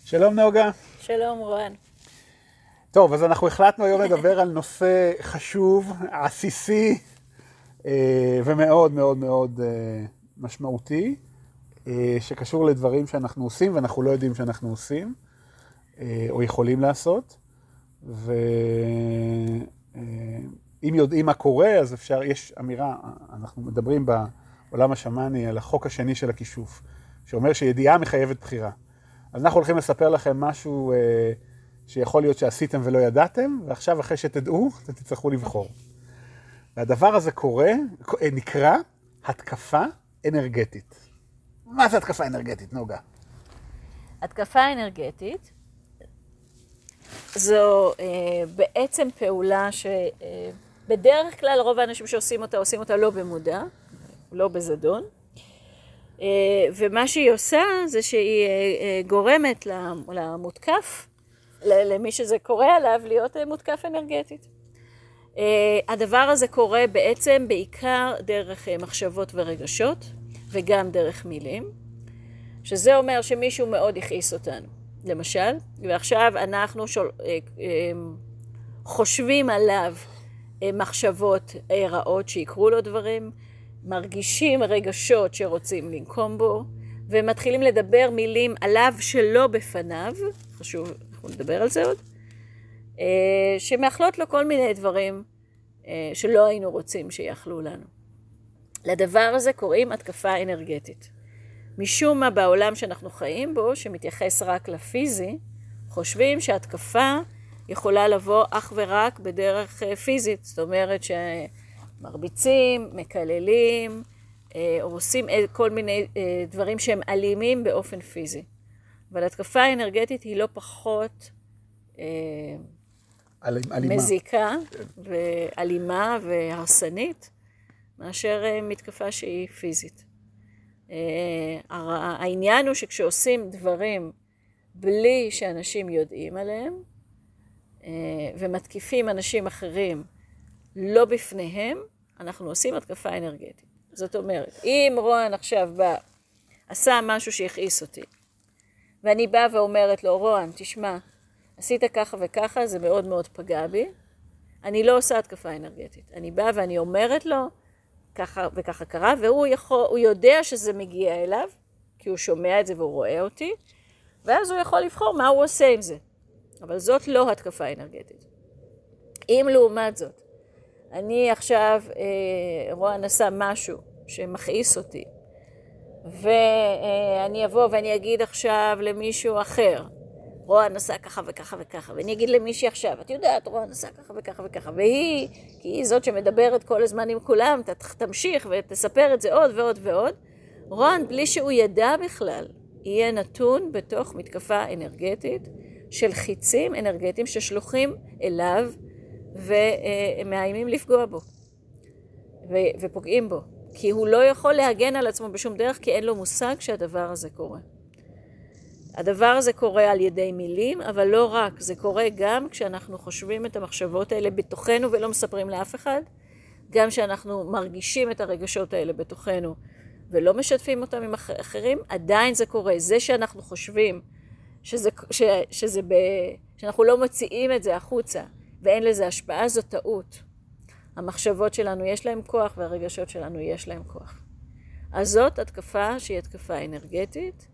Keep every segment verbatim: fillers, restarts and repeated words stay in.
שלום נוגה. שלום רוען. טוב, אז אנחנו החלטנו היום לדבר על נושא חשוב, עסיסי ומאוד מאוד מאוד משמעותי, שקשור לדברים שאנחנו עושים ואנחנו לא יודעים שאנחנו עושים, או יכולים לעשות. ואם יודעים מה קורה, אז אפשר, יש אמירה, אנחנו מדברים בעולם השמאני על החוק השני של הכישוף, שאומר שידיעה מחייבת בחירה. אז אנחנו הולכים לספר לכם משהו אה, שיכול להיות שעשיתם ולא ידעתם, ועכשיו אחרי שתדעו, אתם תצטרכו לבחור. והדבר הזה קורה, נקרא התקפה אנרגטית. מה זה התקפה אנרגטית, נוגה? התקפה אנרגטית זו אה, בעצם פעולה שבדרך אה, כלל רוב האנשים שעושים אותה, עושים אותה לא במודע, לא בזדון. ומה שהיא עושה זה שהיא גורמת למותקף, למי שזה קורה עליו, להיות מותקף אנרגטית. הדבר הזה קורה בעצם בעיקר דרך מחשבות ורגשות, וגם דרך מילים, שזה אומר שמישהו מאוד הכעיס אותנו, למשל, ועכשיו אנחנו שול... חושבים עליו מחשבות רעות שיקרו לו דברים, מרגישים רגשות שרוצים לנקום בו, ומתחילים לדבר מילים עליו שלא בפניו, חשוב, אנחנו נדבר על זה עוד, שמאכלות לו כל מיני דברים שלא היינו רוצים שיאכלו לנו. לדבר הזה קוראים התקפה אנרגטית. משום מה בעולם שאנחנו חיים בו, שמתייחס רק לפיזי, חושבים שהתקפה יכולה לבוא אך ורק בדרך פיזית, זאת אומרת ש... מרביצים, מקללים, או עושים כל מיני דברים שהם אלימים באופן פיזי. אבל התקפה האנרגטית היא לא פחות אלימה. מזיקה ואלימה והרסנית, מאשר מתקפה שהיא פיזית. העניין הוא שכשעושים דברים בלי שאנשים יודעים עליהם, ומתקיפים אנשים אחרים, לא בפניהם, אנחנו עושים התקפה אנרגטית. זאת אומרת, אם רוען עכשיו בא, עשה משהו שהכעיס אותי, ואני באה ואומרת לו, רוען, תשמע, עשית ככה וככה, זה מאוד מאוד פגע בי, אני לא עושה התקפה אנרגטית. אני באה ואני אומרת לו, ככה וככה קרה, והוא יכול, הוא יודע שזה מגיע אליו, כי הוא שומע את זה והוא רואה אותי, ואז הוא יכול לבחור מה הוא עושה עם זה. אבל זאת לא התקפה אנרגטית. אם לעומת זאת, אני עכשיו, אה, רוען עשה משהו שמכעיס אותי, ואני אבוא ואני אגיד עכשיו למישהו אחר, רוען עשה ככה וככה וככה, ואני אגיד למישהי עכשיו, את יודעת, רוען עשה ככה וככה וככה, והיא, כי היא זאת שמדברת כל הזמן עם כולם, תמשיך ותספר את זה עוד ועוד ועוד, רוען, בלי שהוא ידע בכלל, יהיה נתון בתוך מתקפה אנרגטית, של חיצים אנרגטיים ששלוחים אליו, ומאיימים לפגוע בו, ופוגעים בו, כי הוא לא יכול להגן על עצמו בשום דרך, כי אין לו מושג שהדבר הזה קורה. הדבר הזה קורה על ידי מילים, אבל לא רק, זה קורה גם כשאנחנו חושבים את המחשבות האלה בתוכנו, ולא מספרים לאף אחד, גם כשאנחנו מרגישים את הרגשות האלה בתוכנו, ולא משתפים אותם עם אחרים, עדיין זה קורה. זה שאנחנו חושבים, שזה, ש, שזה ב, שאנחנו לא מוציאים את זה החוצה, ואין לזה השפעה, זו טעות. המחשבות שלנו יש להם כוח, והרגשות שלנו יש להם כוח. אז זאת התקפה שהיא התקפה אנרגטית,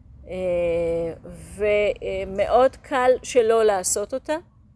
ומאוד קל שלא לעשות אותה.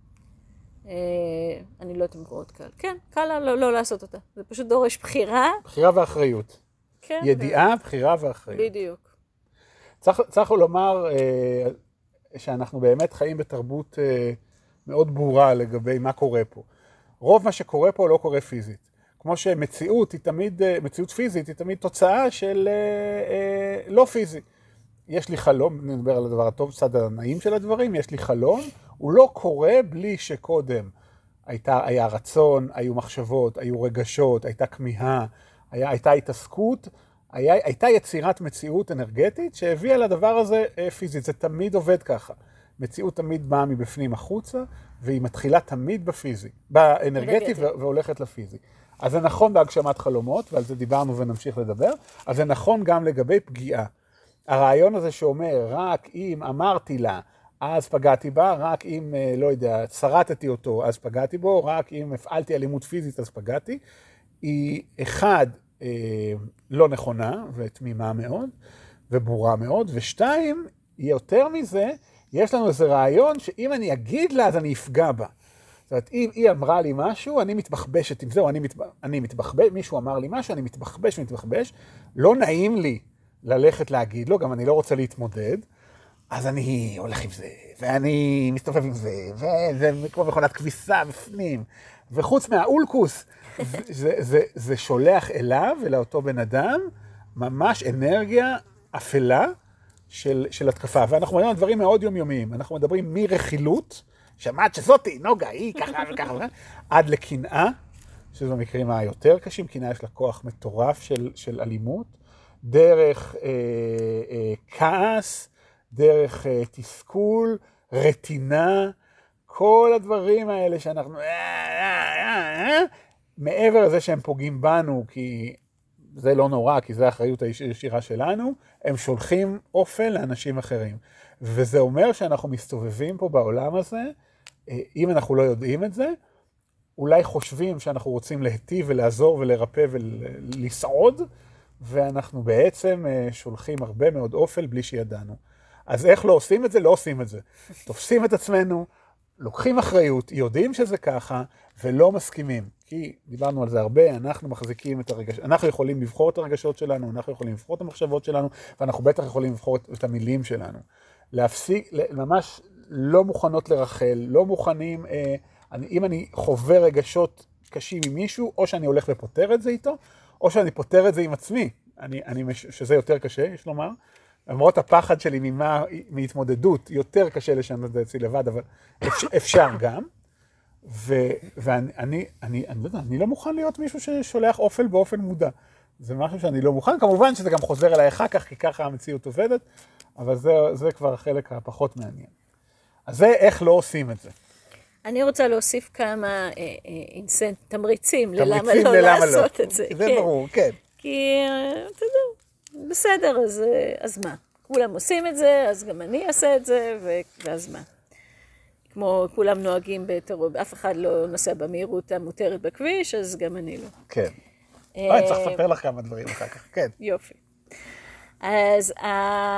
אני לא יודעת אם מאוד קל. כן, קל לא, לא לעשות אותה. זה פשוט דורש בחירה. בחירה ואחריות. כן. ידיעה, ו... בחירה ואחריות. בדיוק. צריך, צריך לומר שאנחנו באמת חיים בתרבות מאוד ברורה לגבי מה קורה פה. רוב מה שקורה פה לא קורה פיזית. כמו שמציאות היא תמיד, מציאות פיזית היא תמיד תוצאה של לא פיזי. יש לי חלום, נדבר על הדבר הטוב, צד הנעים של הדברים, יש לי חלום, הוא לא קורה בלי שקודם הייתה, היה רצון, היו מחשבות, היו רגשות, הייתה כמיהה, היה, הייתה התעסקות, היה, הייתה יצירת מציאות אנרגטית שהביאה לדבר הזה פיזית. זה תמיד עובד ככה. מציאות תמיד באה מבפנים החוצה, והיא מתחילה תמיד בפיזי, באנרגטי והולכת לפיזי. אז זה נכון בהגשמת חלומות, ועל זה דיברנו ונמשיך לדבר, אז זה נכון גם לגבי פגיעה. הרעיון הזה שאומר, רק אם אמרתי לה, אז פגעתי בה, רק אם, לא יודע, שרטתי אותו, אז פגעתי בו, רק אם הפעלתי אלימות פיזית, אז פגעתי, היא אחד, אה, לא נכונה ותמימה מאוד, וברורה מאוד, ושתיים, יותר מזה, יש לנו איזה רעיון שאם אני אגיד לה, אז אני אפגע בה. זאת אומרת, אם היא אמרה לי משהו, אני מתבחבשת עם זה, או אני, מת, אני מתבחבש, מישהו אמר לי משהו, אני מתבחבש ומתבחבש, לא נעים לי ללכת להגיד לו, גם אני לא רוצה להתמודד, אז אני הולך עם זה, ואני מסתובב עם זה, וזה כמו מכונת כביסה בפנים, וחוץ מהאולקוס, זה, זה, זה, זה שולח אליו, ולאותו בן אדם, ממש אנרגיה אפלה של, של התקפה. ואנחנו מדברים על דברים מאוד יומיומיים, אנחנו מדברים מרכילות, שמעת שזאתי, נוגה, היא ככה וככה, עד לקנאה, שזה במקרים היותר קשים, קנאה יש לה כוח מטורף של, של אלימות, דרך אה, אה, כעס, דרך אה, תסכול, רטינה, כל הדברים האלה שאנחנו, אה, אה, אה, אה, מעבר לזה שהם פוגעים בנו, כי זה לא נורא, כי זה האחריות הישירה שלנו, הם שולחים אופן לאנשים אחרים. וזה אומר שאנחנו מסתובבים פה בעולם הזה, אם אנחנו לא יודעים את זה, אולי חושבים שאנחנו רוצים להיטיב ולעזור ולרפא ולסעוד, ואנחנו בעצם שולחים הרבה מאוד אופל בלי שידענו. אז איך לא עושים את זה? לא עושים את זה. תופסים את עצמנו, לוקחים אחריות, יודעים שזה ככה, ולא מסכימים. כי דיברנו על זה הרבה, אנחנו מחזיקים את הרגשות, אנחנו יכולים לבחור את הרגשות שלנו, אנחנו יכולים לבחור את המחשבות שלנו, ואנחנו בטח יכולים לבחור את המילים שלנו. להפסיק, ממש לא מוכנות לרחל, לא מוכנים, אה, אני, אם אני חווה רגשות קשים עם מישהו, או שאני הולך ופותר את זה איתו, או שאני פותר את זה עם עצמי, אני, אני, שזה יותר קשה, יש לומר, למרות הפחד שלי ממה, מהתמודדות, יותר קשה לשנות את זה אצלי לבד, אבל אפשר, אפשר גם, ו, ואני אני, אני, אני, לא יודע, אני לא מוכן להיות מישהו ששולח אופל באופן מודע, זה משהו שאני לא מוכן, כמובן שזה גם חוזר אליי אחר כך, כי ככה המציאות עובדת, אבל זה, זה כבר החלק הפחות מעניין. אז זה איך לא עושים את זה. אני רוצה להוסיף כמה אה, אה, אינסנט, תמריצים, ללמה תמריצים לא ללמה לעשות לא. את זה. זה כן. ברור, כן. כי, אה, אתה יודע, בסדר, אז, אה, אז מה? כולם עושים את זה, אז גם אני אעשה את זה, ו... ואז מה? כמו כולם נוהגים בטרור, אף אחד לא נוסע במהירות המותרת בכביש, אז גם אני לא. כן. אה, אני צריך לספר לך כמה דברים אחר כך, כן. יופי. אז ה...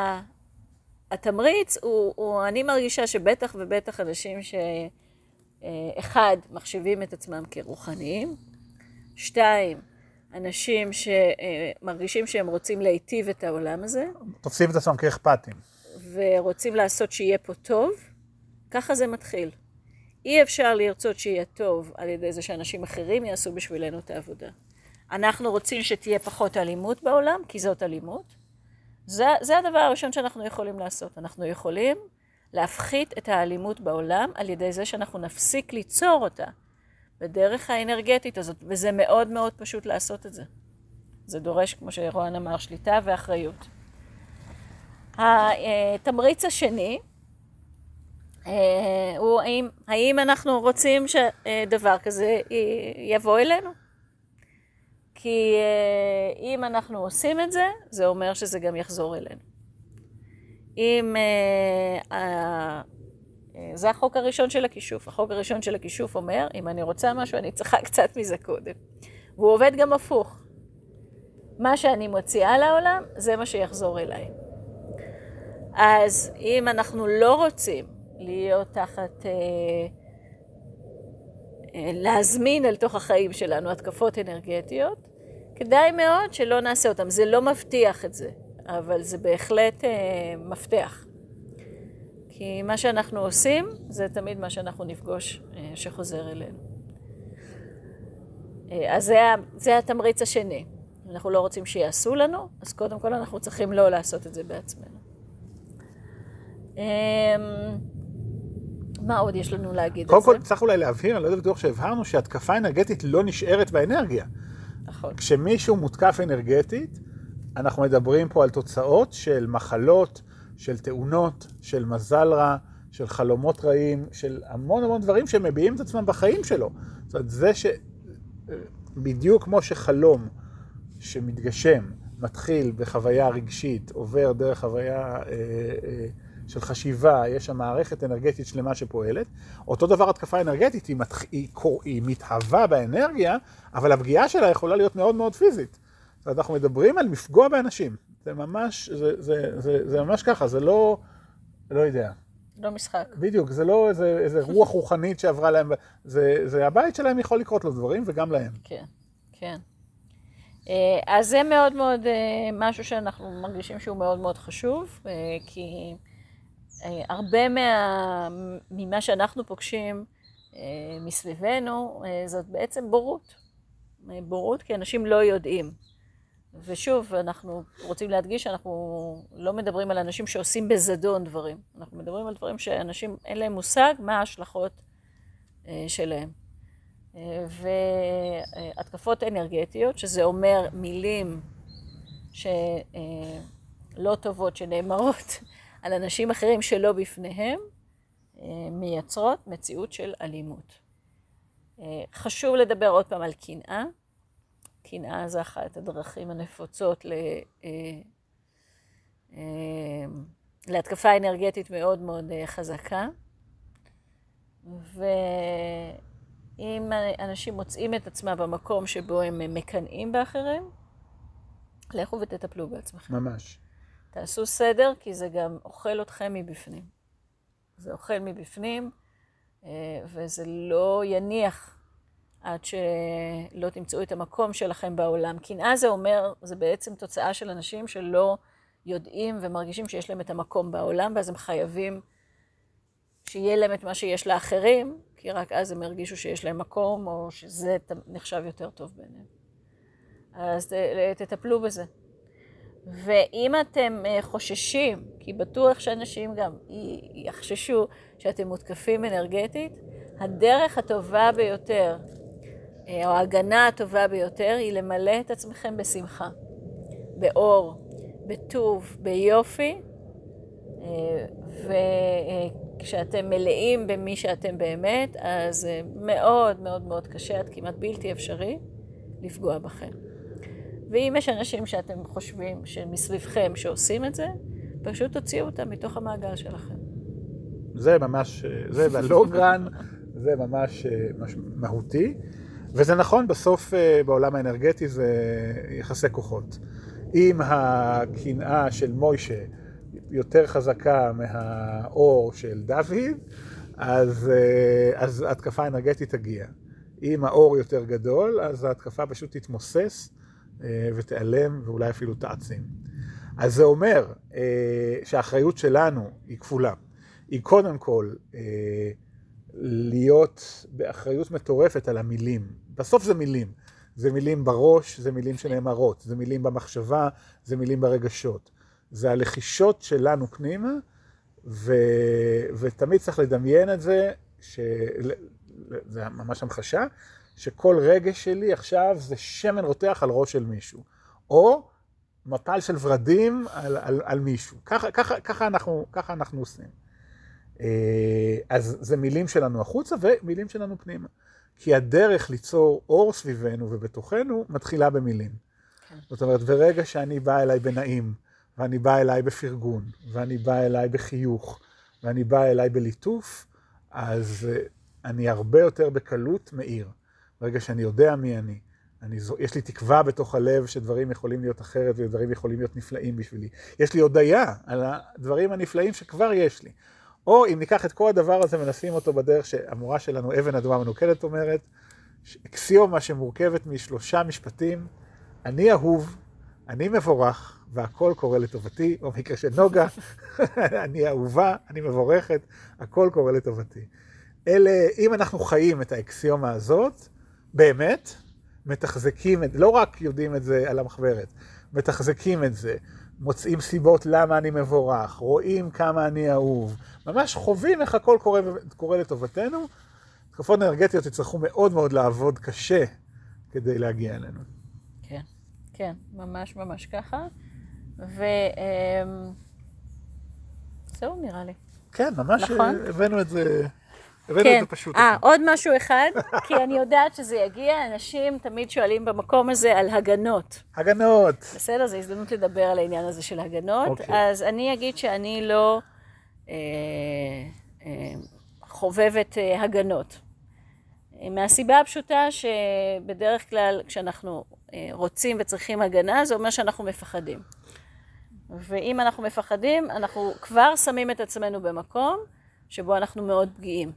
התמריץ הוא, הוא, אני מרגישה שבטח ובטח אנשים שאחד, מחשיבים את עצמם כרוחניים, שתיים, אנשים שמרגישים שהם רוצים להיטיב את העולם הזה. תופסים את עצמם כאכפתים. ורוצים לעשות שיהיה פה טוב, ככה זה מתחיל. אי אפשר לרצות שיהיה טוב על ידי זה שאנשים אחרים יעשו בשבילנו את העבודה. אנחנו רוצים שתהיה פחות אלימות בעולם, כי זאת אלימות. זה, זה הדבר הראשון שאנחנו יכולים לעשות. אנחנו יכולים להפחית את האלימות בעולם על ידי זה שאנחנו נפסיק ליצור אותה בדרך האנרגטית הזאת, וזה מאוד מאוד פשוט לעשות את זה. זה דורש, כמו שרואן אמר, שליטה ואחריות. התמריץ השני הוא האם, האם אנחנו רוצים שדבר כזה יבוא אלינו? כי אם אנחנו עושים את זה, זה אומר שזה גם יחזור אלינו. אם, זה החוק הראשון של הכישוף. החוק הראשון של הכישוף אומר, אם אני רוצה משהו, אני צריכה קצת מזה קודם. והוא עובד גם הפוך. מה שאני מוציאה לעולם, זה מה שיחזור אליי. אז אם אנחנו לא רוצים להיות תחת, אה, אה, להזמין אל תוך החיים שלנו התקפות אנרגטיות, כדאי מאוד שלא נעשה אותם. זה לא מבטיח את זה, אבל זה בהחלט אה, מפתח. כי מה שאנחנו עושים, זה תמיד מה שאנחנו נפגוש אה, שחוזר אלינו. אה, אז זה, זה התמריץ השני. אנחנו לא רוצים שיעשו לנו, אז קודם כל אנחנו צריכים לא לעשות את זה בעצמנו. מה עוד יש לנו להגיד על זה? קודם כל צריך אולי להבהיר, אני לא יודע בטוח שהבהרנו שהתקפה אנרגטית לא נשארת באנרגיה. נכון. כשמישהו מותקף אנרגטית, אנחנו מדברים פה על תוצאות של מחלות, של תאונות, של מזל רע, של חלומות רעים, של המון המון דברים שמביעים את עצמם בחיים שלו. זאת אומרת, זה שבדיוק כמו שחלום שמתגשם מתחיל בחוויה רגשית, עובר דרך חוויה אה, אה, של חשיבה, יש שם מערכת אנרגטית שלמה שפועלת. אותו דבר התקפה אנרגטית, היא, מתח... היא, היא מתהווה באנרגיה, אבל הפגיעה שלה יכולה להיות מאוד מאוד פיזית. זאת אומרת, אנחנו מדברים על מפגוע באנשים. זה ממש, זה, זה, זה, זה ממש ככה, זה לא, לא יודע. לא משחק. בדיוק, זה לא איזה, איזה רוח רוחנית שעברה להם, זה, זה הבית שלהם יכול לקרות לו דברים, וגם להם. כן, כן. אז זה מאוד מאוד משהו שאנחנו מרגישים שהוא מאוד מאוד חשוב, כי הרבה מה, ממה שאנחנו פוגשים מסביבנו, זאת בעצם בורות. בורות כי אנשים לא יודעים. ושוב, אנחנו רוצים להדגיש שאנחנו לא מדברים על אנשים שעושים בזדון דברים. אנחנו מדברים על דברים שאנשים אין להם מושג מה ההשלכות שלהם. והתקפות אנרגטיות, שזה אומר מילים שלא טובות שנאמרות על אנשים אחרים שלא בפניהם, מייצרות מציאות של אלימות. חשוב לדבר עוד פעם על קנאה. קנאה זה אחת הדרכים הנפוצות ל... להתקפה אנרגטית מאוד מאוד חזקה. ואם אנשים מוצאים את עצמם במקום שבו הם מקנאים באחרים, לכו ותטפלו בעצמכם. ממש. תעשו סדר, כי זה גם אוכל אתכם מבפנים. זה אוכל מבפנים, וזה לא יניח עד שלא תמצאו את המקום שלכם בעולם. קנאה זה אומר, זה בעצם תוצאה של אנשים שלא יודעים ומרגישים שיש להם את המקום בעולם, ואז הם חייבים שיהיה להם את מה שיש לאחרים, כי רק אז הם הרגישו שיש להם מקום, או שזה נחשב יותר טוב ביניהם. אז תטפלו בזה. ואם אתם חוששים, כי בטוח שאנשים גם יחששו שאתם מותקפים אנרגטית, הדרך הטובה ביותר, או ההגנה הטובה ביותר, היא למלא את עצמכם בשמחה, באור, בטוב, ביופי, וכשאתם מלאים במי שאתם באמת, אז מאוד מאוד מאוד קשה, עד כמעט בלתי אפשרי, לפגוע בכם. ואם יש אנשים שאתם חושבים שמסביבכם שעושים את זה, פשוט תוציאו אותם מתוך המעגל שלכם. זה ממש, זה בלונגרן, זה ממש מהותי. וזה נכון, בסוף בעולם האנרגטי זה יחסי כוחות. אם הקנאה של מוישה יותר חזקה מהאור של דוד, אז, אז התקפה האנרגטית תגיע. אם האור יותר גדול, אז ההתקפה פשוט תתמוסס ותיעלם ואולי אפילו תעצים. אז זה אומר שהאחריות שלנו היא כפולה. היא קודם כל להיות באחריות מטורפת על המילים. בסוף זה מילים. זה מילים בראש, זה מילים שנאמרות, זה מילים במחשבה, זה מילים ברגשות. זה הלחישות שלנו פנימה, ו... ותמיד צריך לדמיין את זה, ש... זה ממש המחשה, שכל רגש שלי עכשיו זה שמן רותח על ראש של מישהו. או מפל של ורדים על, על, על מישהו. ככה, ככה, ככה, אנחנו, ככה אנחנו עושים. אז זה מילים שלנו החוצה ומילים שלנו פנימה. כי הדרך ליצור אור סביבנו ובתוכנו מתחילה במילים. כן. זאת אומרת, ברגע שאני בא אליי בנעים, ואני בא אליי בפרגון, ואני בא אליי בחיוך, ואני בא אליי בליטוף, אז אני הרבה יותר בקלות מאיר. ברגע שאני יודע מי אני, אני יש לי תקווה בתוך הלב שדברים יכולים להיות אחרת, ודברים יכולים להיות נפלאים בשבילי. יש לי הודיה על הדברים הנפלאים שכבר יש לי. או אם ניקח את כל הדבר הזה ונשים אותו בדרך שהמורה שלנו, אבן אדומה מנוקדת, אומרת, אקסיומה שמורכבת משלושה משפטים, אני אהוב, אני מבורך, והכל קורה לטובתי, או במקרה של נוגה, אני אהובה, אני מבורכת, הכל קורה לטובתי. אלה, אם אנחנו חיים את האקסיומה הזאת, באמת, מתחזקים, לא רק יודעים את זה על המחברת, מתחזקים את זה, מוצאים סיבות למה אני מבורך, רואים כמה אני אהוב, ממש חווים איך הכל קורה, קורה לטובתנו. תקפות אנרגטיות יצטרכו מאוד מאוד לעבוד קשה כדי להגיע אלינו. כן, כן, ממש ממש ככה. וזהו נראה לי. כן, ממש נכון? הבאנו את זה הבאנו כן. את זה פשוט. אה, עוד משהו אחד, כי אני יודעת שזה יגיע, אנשים תמיד שואלים במקום הזה על הגנות. הגנות. בסדר, זו הזדמנות לדבר על העניין הזה של הגנות. אוקיי. אז אני אגיד שאני לא אה, אה, חובבת אה, הגנות. מהסיבה הפשוטה שבדרך כלל כשאנחנו אה, רוצים וצריכים הגנה, זה אומר שאנחנו מפחדים. ואם אנחנו מפחדים, אנחנו כבר שמים את עצמנו במקום שבו אנחנו מאוד פגיעים.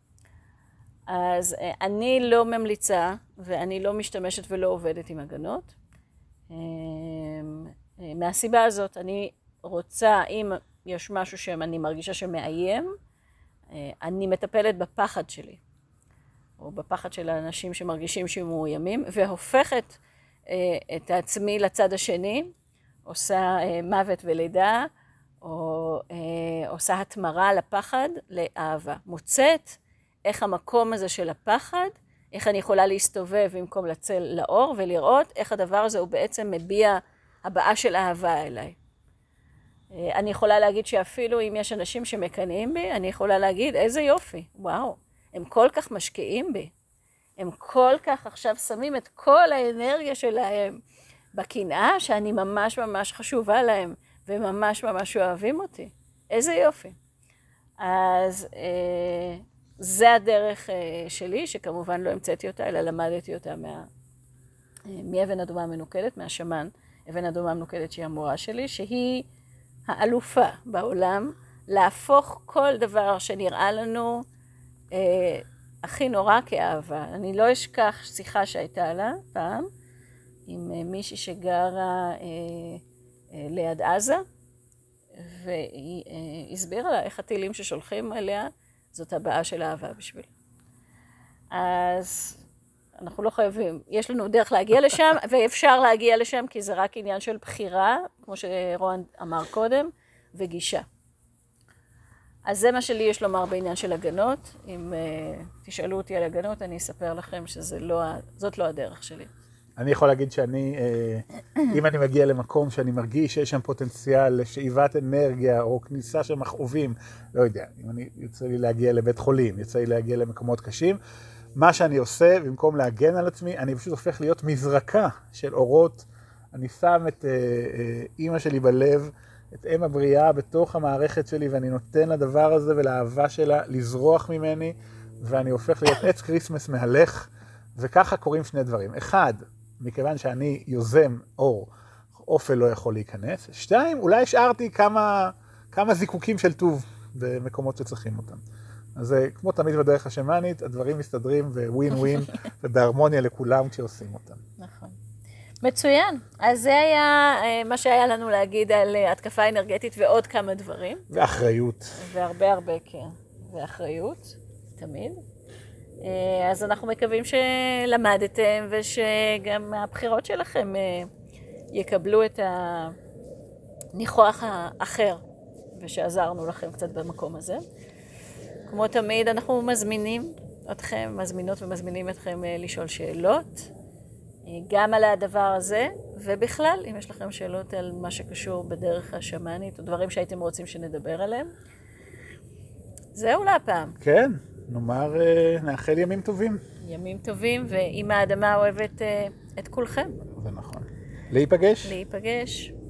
אז אה, אני לא ממליצה ואני לא משתמשת ולא עובדת עם הגנות. אה, אה, מהסיבה הזאת אני רוצה, אם יש משהו שאני מרגישה שמאיים, אה, אני מטפלת בפחד שלי, או בפחד של האנשים שמרגישים שהם מאוימים, והופכת אה, את עצמי לצד השני, עושה אה, מוות ולידה, או אה, עושה התמרה לפחד לאהבה. מוצאת איך המקום הזה של הפחד, איך אני יכולה להסתובב במקום לצל לאור, ולראות איך הדבר הזה הוא בעצם מביע הבעה של אהבה אליי. אה, אני יכולה להגיד שאפילו אם יש אנשים שמקנאים בי, אני יכולה להגיד איזה יופי, וואו, הם כל כך משקיעים בי. הם כל כך עכשיו שמים את כל האנרגיה שלהם בקנאה, שאני ממש ממש חשובה להם, וממש ממש אוהבים אותי. איזה יופי. אז אה, זה הדרך אה, שלי, שכמובן לא המצאתי אותה, אלא למדתי אותה מה, אה, מאבן אדומה מנוקדת, מהשמן, אבן אדומה מנוקדת שהיא המורה שלי, שהיא האלופה בעולם, להפוך כל דבר שנראה לנו אה, הכי נורא כאהבה. אני לא אשכח שיחה שהייתה לה פעם, עם אה, מישהי שגרה אה, אה, ליד עזה, והיא אה, הסבירה לה איך הטילים ששולחים אליה, זאת הבעה של אהבה בשביל. אז אנחנו לא חייבים, יש לנו דרך להגיע לשם, ואפשר להגיע לשם, כי זה רק עניין של בחירה, כמו שרון אמר קודם, וגישה. אז זה מה שלי יש לומר בעניין של הגנות. אם uh, תשאלו אותי על הגנות, אני אספר לכם שזאת לא הדרך שלי. אני יכול להגיד שאני, אם אני מגיע למקום שאני מרגיש שיש שם פוטנציאל לשאיבת אנרגיה או כניסה של מכאובים, לא יודע, אם אני יוצא לי להגיע לבית חולים, יוצא לי להגיע למקומות קשים, מה שאני עושה, במקום להגן על עצמי, אני פשוט הופך להיות מזרקה של אורות. אני שם את אימא שלי בלב, את אם הבריאה בתוך המערכת שלי, ואני נותן לדבר הזה ולאהבה שלה לזרוח ממני, ואני הופך להיות עץ קריסמס מהלך, וככה קורים שני דברים. אחד, מכיוון שאני יוזם אור, אופל לא יכול להיכנס. שתיים, אולי השארתי כמה, כמה זיקוקים של טוב במקומות שצריכים אותם. אז כמו תמיד בדרך השמאנית, הדברים מסתדרים בווין ווין ובהרמוניה לכולם כשעושים אותם. נכון. מצוין. אז זה היה מה שהיה לנו להגיד על התקפה אנרגטית ועוד כמה דברים. ואחריות. והרבה הרבה, כן. ואחריות, תמיד. אז אנחנו מקווים שלמדתם ושגם הבחירות שלכם יקבלו את הניחוח האחר ושעזרנו לכם קצת במקום הזה. כמו תמיד אנחנו מזמינים אתכם, מזמינות ומזמינים אתכם לשאול שאלות גם על הדבר הזה, ובכלל אם יש לכם שאלות על מה שקשור בדרך השמאנית או דברים שהייתם רוצים שנדבר עליהם. זהו להפעם. כן. נאמר, נאחל ימים טובים. ימים טובים, ואם האדמה אוהבת את כולכם. זה נכון. להיפגש. להיפגש.